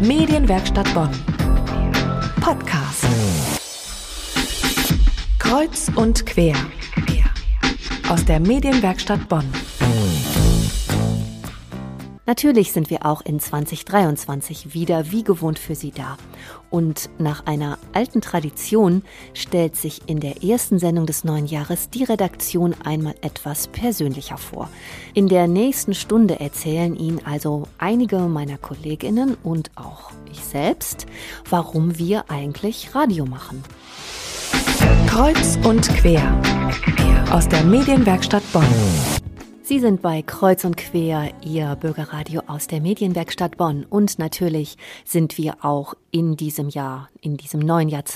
Medienwerkstatt Bonn. Podcast. Kreuz und quer. Aus der Medienwerkstatt Bonn. Natürlich sind wir auch in 2023 wieder wie gewohnt für Sie da. Und nach einer alten Tradition stellt sich in der ersten Sendung des neuen Jahres die Redaktion einmal etwas persönlicher vor. In der nächsten Stunde erzählen Ihnen also einige meiner KollegInnen und auch ich selbst, warum wir eigentlich Radio machen. Kreuz und quer. Aus der Medienwerkstatt Bonn. Sie sind bei Kreuz und Quer, Ihr Bürgerradio aus der Medienwerkstatt Bonn. Und natürlich sind wir auch in diesem Jahr, in diesem neuen Jahr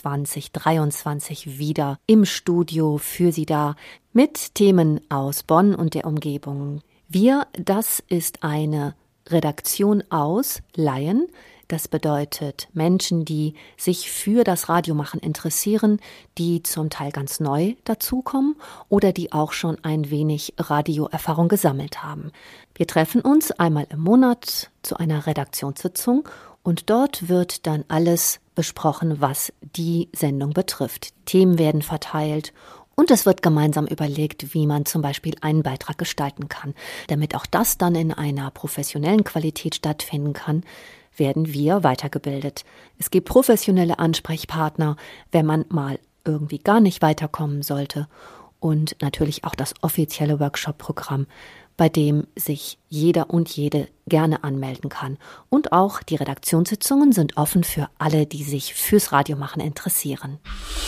2023 wieder im Studio für Sie da mit Themen aus Bonn und der Umgebung. Wir, das ist eine Redaktion aus Laien. Das bedeutet Menschen, die sich für das Radiomachen interessieren, die zum Teil ganz neu dazukommen oder die auch schon ein wenig Radioerfahrung gesammelt haben. Wir treffen uns einmal im Monat zu einer Redaktionssitzung und dort wird dann alles besprochen, was die Sendung betrifft. Themen werden verteilt und es wird gemeinsam überlegt, wie man zum Beispiel einen Beitrag gestalten kann. Damit auch das dann in einer professionellen Qualität stattfinden kann, werden wir weitergebildet. Es gibt professionelle Ansprechpartner, wenn man mal irgendwie gar nicht weiterkommen sollte. Und natürlich auch das offizielle Workshop-Programm, bei dem sich jeder und jede gerne anmelden kann. Und auch die Redaktionssitzungen sind offen für alle, die sich fürs Radiomachen interessieren.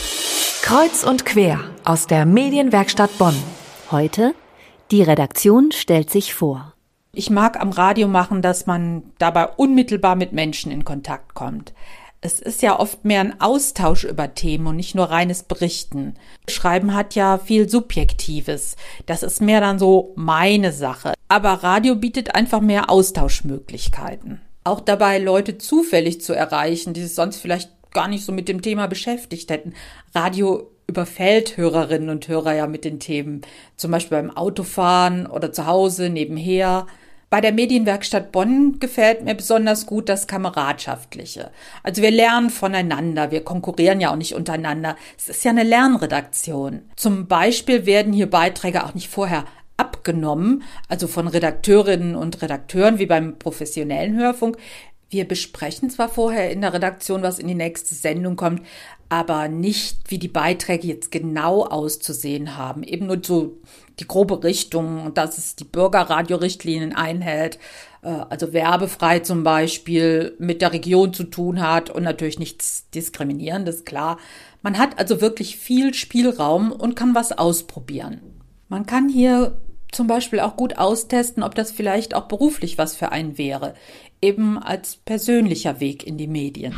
Kreuz und quer aus der Medienwerkstatt Bonn. Heute, die Redaktion stellt sich vor. Ich mag am Radio machen, dass man dabei unmittelbar mit Menschen in Kontakt kommt. Es ist ja oft mehr ein Austausch über Themen und nicht nur reines Berichten. Schreiben hat ja viel Subjektives. Das ist mehr dann so meine Sache. Aber Radio bietet einfach mehr Austauschmöglichkeiten. Auch dabei Leute zufällig zu erreichen, die sich sonst vielleicht gar nicht so mit dem Thema beschäftigt hätten. Radio überfällt Hörerinnen und Hörer ja mit den Themen, zum Beispiel beim Autofahren oder zu Hause nebenher. Bei der Medienwerkstatt Bonn gefällt mir besonders gut das Kameradschaftliche. Also wir lernen voneinander, wir konkurrieren ja auch nicht untereinander. Es ist ja eine Lernredaktion. Zum Beispiel werden hier Beiträge auch nicht vorher abgenommen, also von Redakteurinnen und Redakteuren wie beim professionellen Hörfunk. Wir besprechen zwar vorher in der Redaktion, was in die nächste Sendung kommt, aber nicht, wie die Beiträge jetzt genau auszusehen haben. Eben nur so die grobe Richtung, dass es die Bürgerradio-Richtlinien einhält, also werbefrei zum Beispiel, mit der Region zu tun hat und natürlich nichts Diskriminierendes, klar. Man hat also wirklich viel Spielraum und kann was ausprobieren. Man kann hier zum Beispiel auch gut austesten, ob das vielleicht auch beruflich was für einen wäre, eben als persönlicher Weg in die Medien.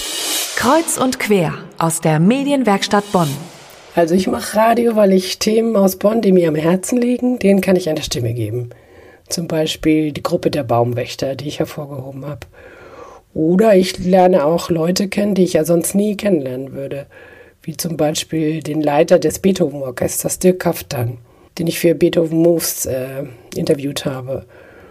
Kreuz und quer aus der Medienwerkstatt Bonn. Also ich mache Radio, weil ich Themen aus Bonn, die mir am Herzen liegen, denen kann ich eine Stimme geben. Zum Beispiel die Gruppe der Baumwächter, die ich hervorgehoben habe. Oder ich lerne auch Leute kennen, die ich ja sonst nie kennenlernen würde. Wie zum Beispiel den Leiter des Beethoven-Orchesters, Dirk Kaftan, den ich für Beethoven Moves interviewt habe.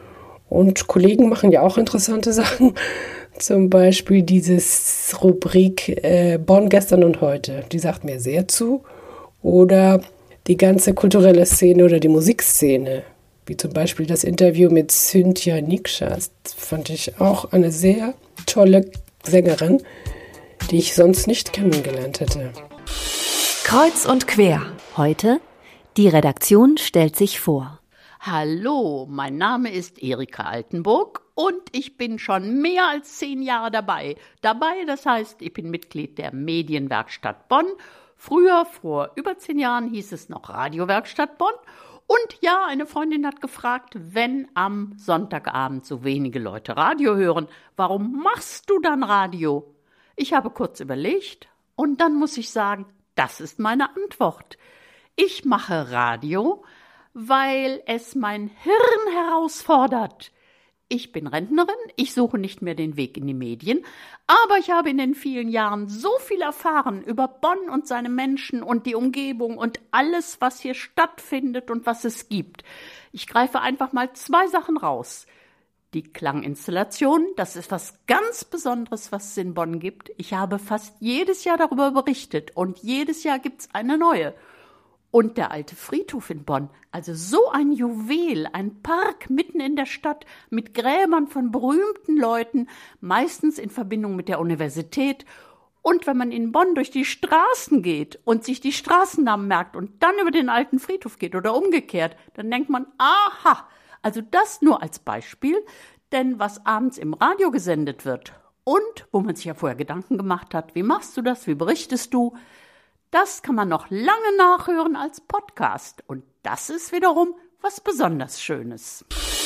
Und Kollegen machen ja auch interessante Sachen. Zum Beispiel dieses Rubrik Bonn gestern und heute. Die sagt mir sehr zu. Oder die ganze kulturelle Szene oder die Musikszene. Wie zum Beispiel das Interview mit Cynthia Nikschas. Das fand ich auch eine sehr tolle Sängerin, die ich sonst nicht kennengelernt hätte. Kreuz und quer. Heute, die Redaktion stellt sich vor. Hallo, mein Name ist Erika Altenburg und ich bin schon mehr als 10 Jahre dabei. Das heißt, ich bin Mitglied der Medienwerkstatt Bonn. Früher, vor über 10 Jahren, hieß es noch Radiowerkstatt Bonn. Und ja, eine Freundin hat gefragt, wenn am Sonntagabend so wenige Leute Radio hören, warum machst du dann Radio? Ich habe kurz überlegt und dann muss ich sagen, das ist meine Antwort. Ich mache Radio, weil es mein Hirn herausfordert. Ich bin Rentnerin, ich suche nicht mehr den Weg in die Medien, aber ich habe in den vielen Jahren so viel erfahren über Bonn und seine Menschen und die Umgebung und alles, was hier stattfindet und was es gibt. Ich greife einfach mal 2 Sachen raus. Die Klanginstallation, das ist was ganz Besonderes, was es in Bonn gibt. Ich habe fast jedes Jahr darüber berichtet und jedes Jahr gibt's eine neue. Und der alte Friedhof in Bonn, also so ein Juwel, ein Park mitten in der Stadt mit Gräbern von berühmten Leuten, meistens in Verbindung mit der Universität. Und wenn man in Bonn durch die Straßen geht und sich die Straßennamen merkt und dann über den alten Friedhof geht oder umgekehrt, dann denkt man, aha, also das nur als Beispiel, denn was abends im Radio gesendet wird und wo man sich ja vorher Gedanken gemacht hat, wie machst du das, wie berichtest du, das kann man noch lange nachhören als Podcast. Und das ist wiederum was besonders Schönes.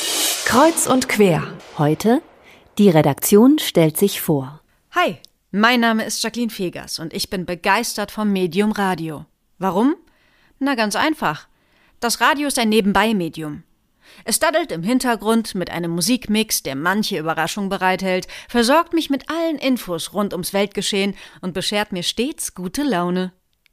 Kreuz und quer. Heute, die Redaktion stellt sich vor. Hi, mein Name ist Jacqueline Fegers und ich bin begeistert vom Medium Radio. Warum? Na ganz einfach. Das Radio ist ein Nebenbei-Medium. Es daddelt im Hintergrund mit einem Musikmix, der manche Überraschung bereithält, versorgt mich mit allen Infos rund ums Weltgeschehen und beschert mir stets gute Laune.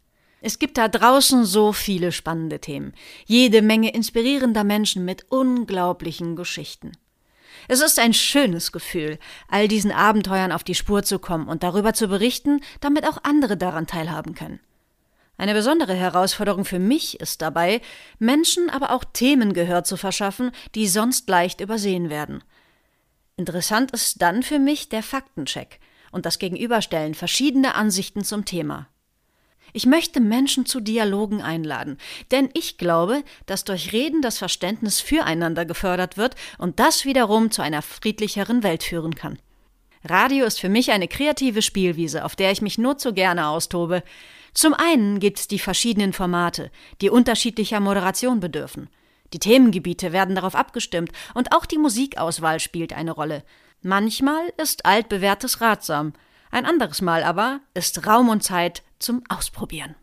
Es gibt da draußen so viele spannende Themen, jede Menge inspirierender Menschen mit unglaublichen Geschichten. Es ist ein schönes Gefühl, all diesen Abenteuern auf die Spur zu kommen und darüber zu berichten, damit auch andere daran teilhaben können. Eine besondere Herausforderung für mich ist dabei, Menschen, aber auch Themen Gehör zu verschaffen, die sonst leicht übersehen werden. Interessant ist dann für mich der Faktencheck und das Gegenüberstellen verschiedener Ansichten zum Thema. Ich möchte Menschen zu Dialogen einladen, denn ich glaube, dass durch Reden das Verständnis füreinander gefördert wird und das wiederum zu einer friedlicheren Welt führen kann. Radio ist für mich eine kreative Spielwiese, auf der ich mich nur zu gerne austobe. Zum einen gibt es die verschiedenen Formate, die unterschiedlicher Moderation bedürfen. Die Themengebiete werden darauf abgestimmt und auch die Musikauswahl spielt eine Rolle. Manchmal ist altbewährtes ratsam, ein anderes Mal aber ist Raum und Zeit zum Ausprobieren.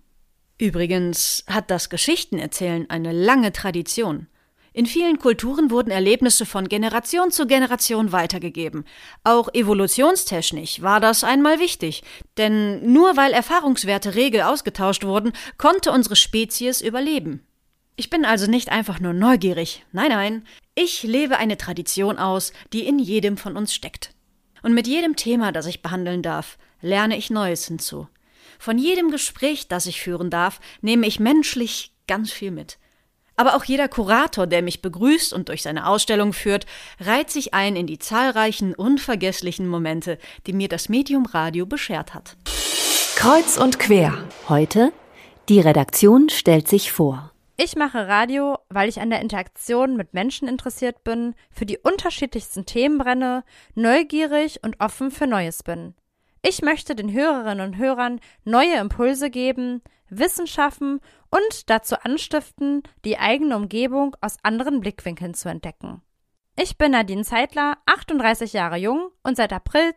Übrigens hat das Geschichtenerzählen eine lange Tradition. In vielen Kulturen wurden Erlebnisse von Generation zu Generation weitergegeben. Auch evolutionstechnisch war das einmal wichtig, denn nur weil Erfahrungswerte rege ausgetauscht wurden, konnte unsere Spezies überleben. Ich bin also nicht einfach nur neugierig, nein, ich lebe eine Tradition aus, die in jedem von uns steckt. Und mit jedem Thema, das ich behandeln darf, lerne ich Neues hinzu. Von jedem Gespräch, das ich führen darf, nehme ich menschlich ganz viel mit. Aber auch jeder Kurator, der mich begrüßt und durch seine Ausstellung führt, reiht sich ein in die zahlreichen unvergesslichen Momente, die mir das Medium Radio beschert hat. Kreuz und quer. Heute, die Redaktion stellt sich vor. Ich mache Radio, weil ich an der Interaktion mit Menschen interessiert bin, für die unterschiedlichsten Themen brenne, neugierig und offen für Neues bin. Ich möchte den Hörerinnen und Hörern neue Impulse geben, Wissen schaffen und dazu anstiften, die eigene Umgebung aus anderen Blickwinkeln zu entdecken. Ich bin Nadine Zeitler, 38 Jahre jung und seit April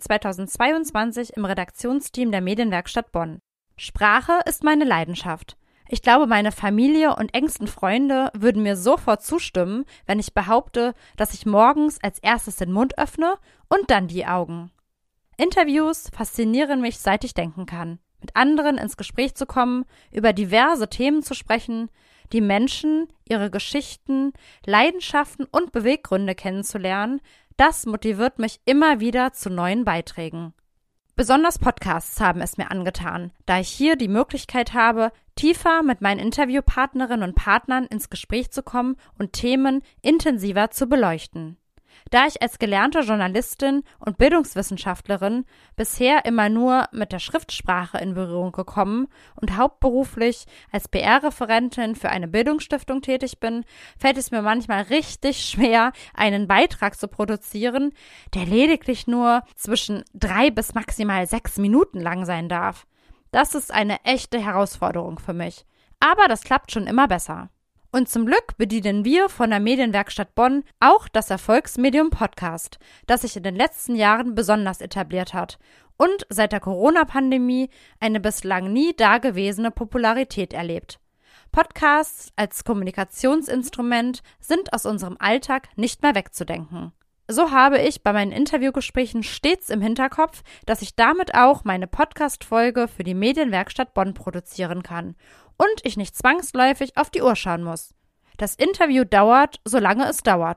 2022 im Redaktionsteam der Medienwerkstatt Bonn. Sprache ist meine Leidenschaft. Ich glaube, meine Familie und engsten Freunde würden mir sofort zustimmen, wenn ich behaupte, dass ich morgens als erstes den Mund öffne und dann die Augen. Interviews faszinieren mich, seit ich denken kann. Mit anderen ins Gespräch zu kommen, über diverse Themen zu sprechen, die Menschen, ihre Geschichten, Leidenschaften und Beweggründe kennenzulernen, das motiviert mich immer wieder zu neuen Beiträgen. Besonders Podcasts haben es mir angetan, da ich hier die Möglichkeit habe, tiefer mit meinen Interviewpartnerinnen und Partnern ins Gespräch zu kommen und Themen intensiver zu beleuchten. Da ich als gelernte Journalistin und Bildungswissenschaftlerin bisher immer nur mit der Schriftsprache in Berührung gekommen und hauptberuflich als PR-Referentin für eine Bildungsstiftung tätig bin, fällt es mir manchmal richtig schwer, einen Beitrag zu produzieren, der lediglich nur zwischen 3 bis maximal 6 Minuten lang sein darf. Das ist eine echte Herausforderung für mich. Aber das klappt schon immer besser. Und zum Glück bedienen wir von der Medienwerkstatt Bonn auch das Erfolgsmedium Podcast, das sich in den letzten Jahren besonders etabliert hat und seit der Corona-Pandemie eine bislang nie dagewesene Popularität erlebt. Podcasts als Kommunikationsinstrument sind aus unserem Alltag nicht mehr wegzudenken. So habe ich bei meinen Interviewgesprächen stets im Hinterkopf, dass ich damit auch meine Podcast-Folge für die Medienwerkstatt Bonn produzieren kann und ich nicht zwangsläufig auf die Uhr schauen muss. Das Interview dauert, solange es dauert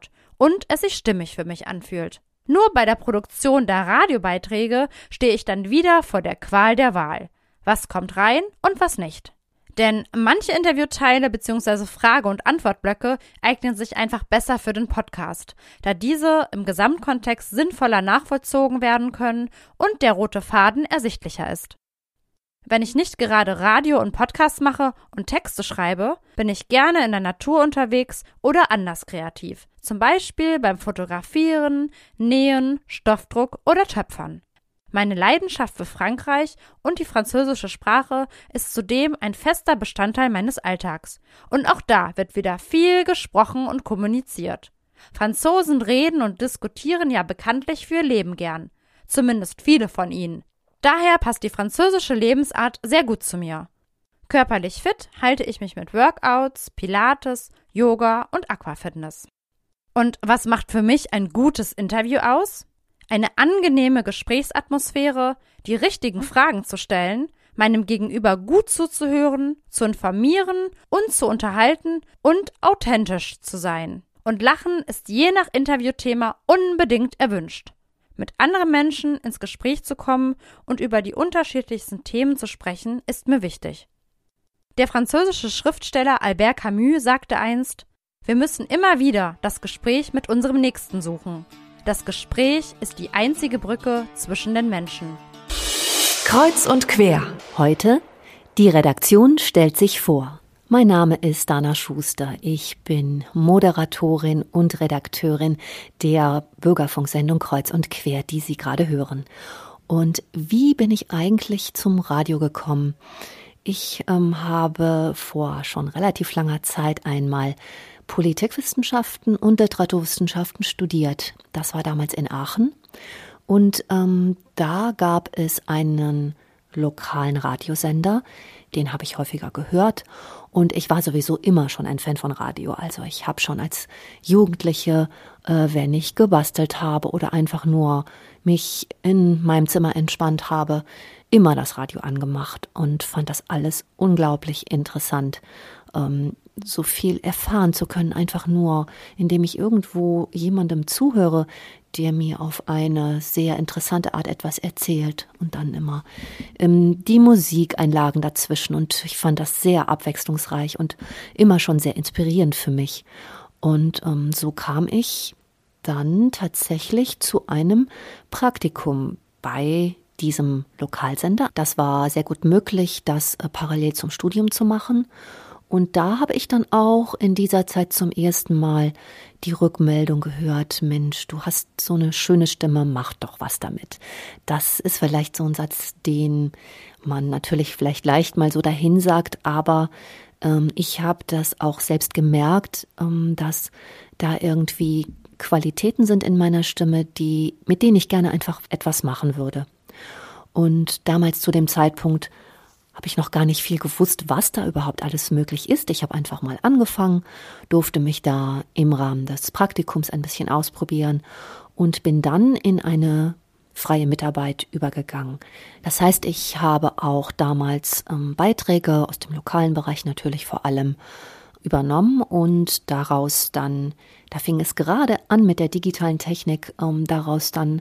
und es sich stimmig für mich anfühlt. Nur bei der Produktion der Radiobeiträge stehe ich dann wieder vor der Qual der Wahl. Was kommt rein und was nicht? Denn manche Interviewteile bzw. Frage- und Antwortblöcke eignen sich einfach besser für den Podcast, da diese im Gesamtkontext sinnvoller nachvollzogen werden können und der rote Faden ersichtlicher ist. Wenn ich nicht gerade Radio und Podcast mache und Texte schreibe, bin ich gerne in der Natur unterwegs oder anders kreativ, zum Beispiel beim Fotografieren, Nähen, Stoffdruck oder Töpfern. Meine Leidenschaft für Frankreich und die französische Sprache ist zudem ein fester Bestandteil meines Alltags. Und auch da wird wieder viel gesprochen und kommuniziert. Franzosen reden und diskutieren ja bekanntlich für ihr Leben gern. Zumindest viele von ihnen. Daher passt die französische Lebensart sehr gut zu mir. Körperlich fit halte ich mich mit Workouts, Pilates, Yoga und Aquafitness. Und was macht für mich ein gutes Interview aus? Eine angenehme Gesprächsatmosphäre, die richtigen Fragen zu stellen, meinem Gegenüber gut zuzuhören, zu informieren und zu unterhalten und authentisch zu sein. Und Lachen ist je nach Interviewthema unbedingt erwünscht. Mit anderen Menschen ins Gespräch zu kommen und über die unterschiedlichsten Themen zu sprechen, ist mir wichtig. Der französische Schriftsteller Albert Camus sagte einst: Wir müssen immer wieder das Gespräch mit unserem Nächsten suchen. Das Gespräch ist die einzige Brücke zwischen den Menschen. Kreuz und quer. Heute, die Redaktion stellt sich vor. Mein Name ist Dana Schuster. Ich bin Moderatorin und Redakteurin der Bürgerfunksendung Kreuz und Quer, die Sie gerade hören. Und wie bin ich eigentlich zum Radio gekommen? Ich habe vor schon relativ langer Zeit einmal Politikwissenschaften und Literaturwissenschaften studiert. Das war damals in Aachen. Und da gab es einen lokalen Radiosender, den habe ich häufiger gehört. Und ich war sowieso immer schon ein Fan von Radio. Also ich habe schon als Jugendliche, wenn ich gebastelt habe oder einfach nur mich in meinem Zimmer entspannt habe, immer das Radio angemacht und fand das alles unglaublich interessant. So viel erfahren zu können, einfach nur, indem ich irgendwo jemandem zuhöre, der mir auf eine sehr interessante Art etwas erzählt und dann immer die Musikeinlagen dazwischen, und ich fand das sehr abwechslungsreich und immer schon sehr inspirierend für mich. Und so kam ich dann tatsächlich zu einem Praktikum bei diesem Lokalsender. Das war sehr gut möglich, das parallel zum Studium zu machen. Und da habe ich dann auch in dieser Zeit zum ersten Mal die Rückmeldung gehört: Mensch, du hast so eine schöne Stimme, mach doch was damit. Das ist vielleicht so ein Satz, den man natürlich vielleicht leicht mal so dahin sagt, aber ich habe das auch selbst gemerkt, dass da irgendwie Qualitäten sind in meiner Stimme, mit denen ich gerne einfach etwas machen würde. Und damals zu dem Zeitpunkt habe ich noch gar nicht viel gewusst, was da überhaupt alles möglich ist. Ich habe einfach mal angefangen, durfte mich da im Rahmen des Praktikums ein bisschen ausprobieren und bin dann in eine freie Mitarbeit übergegangen. Das heißt, ich habe auch damals Beiträge aus dem lokalen Bereich natürlich vor allem übernommen und daraus dann, da fing es gerade an mit der digitalen Technik, daraus dann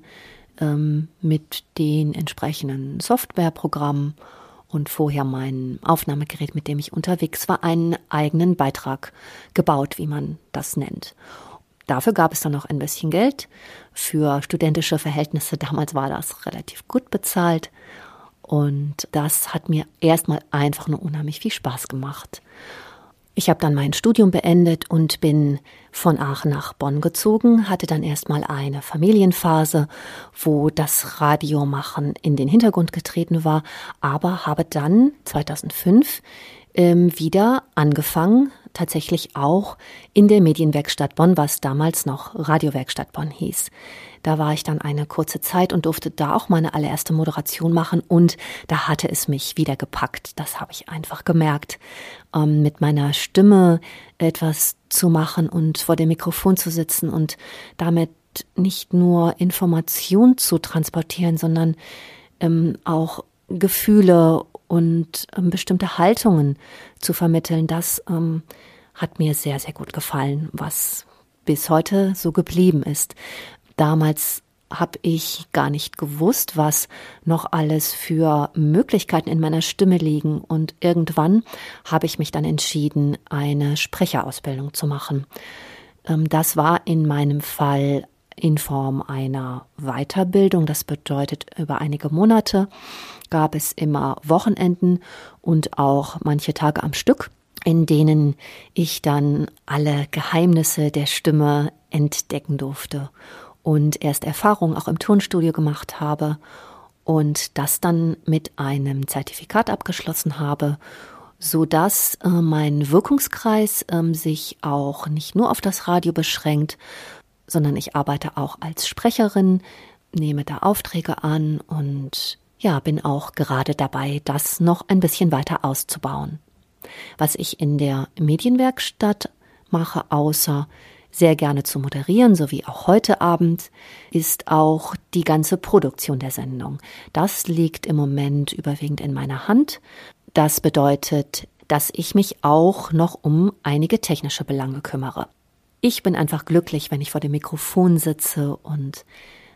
mit den entsprechenden Softwareprogrammen und vorher mein Aufnahmegerät, mit dem ich unterwegs war, einen eigenen Beitrag gebaut, wie man das nennt. Dafür gab es dann noch ein bisschen Geld. Für studentische Verhältnisse damals war das relativ gut bezahlt. Und das hat mir erstmal einfach nur unheimlich viel Spaß gemacht. Ich habe dann mein Studium beendet und bin von Aachen nach Bonn gezogen, hatte dann erstmal eine Familienphase, wo das Radiomachen in den Hintergrund getreten war, aber habe dann 2005 wieder angefangen, tatsächlich auch in der Medienwerkstatt Bonn, was damals noch Radiowerkstatt Bonn hieß. Da war ich dann eine kurze Zeit und durfte da auch meine allererste Moderation machen, und da hatte es mich wieder gepackt. Das habe ich einfach gemerkt, mit meiner Stimme etwas zu machen und vor dem Mikrofon zu sitzen und damit nicht nur Information zu transportieren, sondern auch Gefühle und bestimmte Haltungen zu vermitteln. Das hat mir sehr, sehr gut gefallen, was bis heute so geblieben ist. Damals habe ich gar nicht gewusst, was noch alles für Möglichkeiten in meiner Stimme liegen. Und irgendwann habe ich mich dann entschieden, eine Sprecherausbildung zu machen. Das war in meinem Fall in Form einer Weiterbildung. Das bedeutet, über einige Monate gab es immer Wochenenden und auch manche Tage am Stück, in denen ich dann alle Geheimnisse der Stimme entdecken durfte und erst Erfahrungen auch im Tonstudio gemacht habe und das dann mit einem Zertifikat abgeschlossen habe, sodass mein Wirkungskreis sich auch nicht nur auf das Radio beschränkt, sondern ich arbeite auch als Sprecherin, nehme da Aufträge an und ja, bin auch gerade dabei, das noch ein bisschen weiter auszubauen. Was ich in der Medienwerkstatt mache, außer sehr gerne zu moderieren, so wie auch heute Abend, ist auch die ganze Produktion der Sendung. Das liegt im Moment überwiegend in meiner Hand. Das bedeutet, dass ich mich auch noch um einige technische Belange kümmere. Ich bin einfach glücklich, wenn ich vor dem Mikrofon sitze und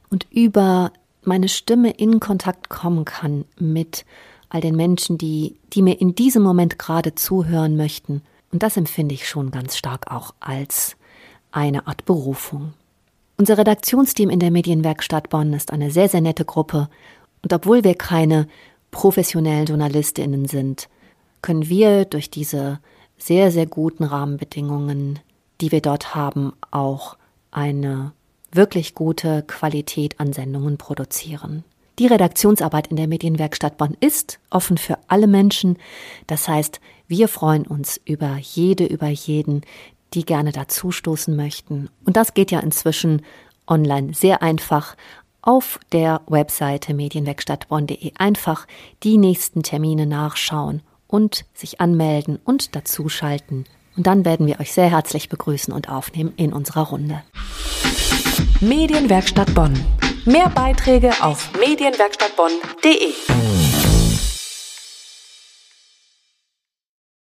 über meine Stimme in Kontakt kommen kann mit all den Menschen, die mir in diesem Moment gerade zuhören möchten. Und das empfinde ich schon ganz stark auch als eine Art Berufung. Unser Redaktionsteam in der Medienwerkstatt Bonn ist eine sehr, sehr nette Gruppe. Und obwohl wir keine professionellen JournalistInnen sind, können wir durch diese sehr, sehr guten Rahmenbedingungen, die wir dort haben, auch eine wirklich gute Qualität an Sendungen produzieren. Die Redaktionsarbeit in der Medienwerkstatt Bonn ist offen für alle Menschen. Das heißt, wir freuen uns über jeden, die gerne dazustoßen möchten. Und das geht ja inzwischen online sehr einfach. Auf der Webseite medienwerkstattbonn.de einfach die nächsten Termine nachschauen und sich anmelden und dazuschalten. Und dann werden wir euch sehr herzlich begrüßen und aufnehmen in unserer Runde. Medienwerkstatt Bonn. Mehr Beiträge auf medienwerkstattbonn.de.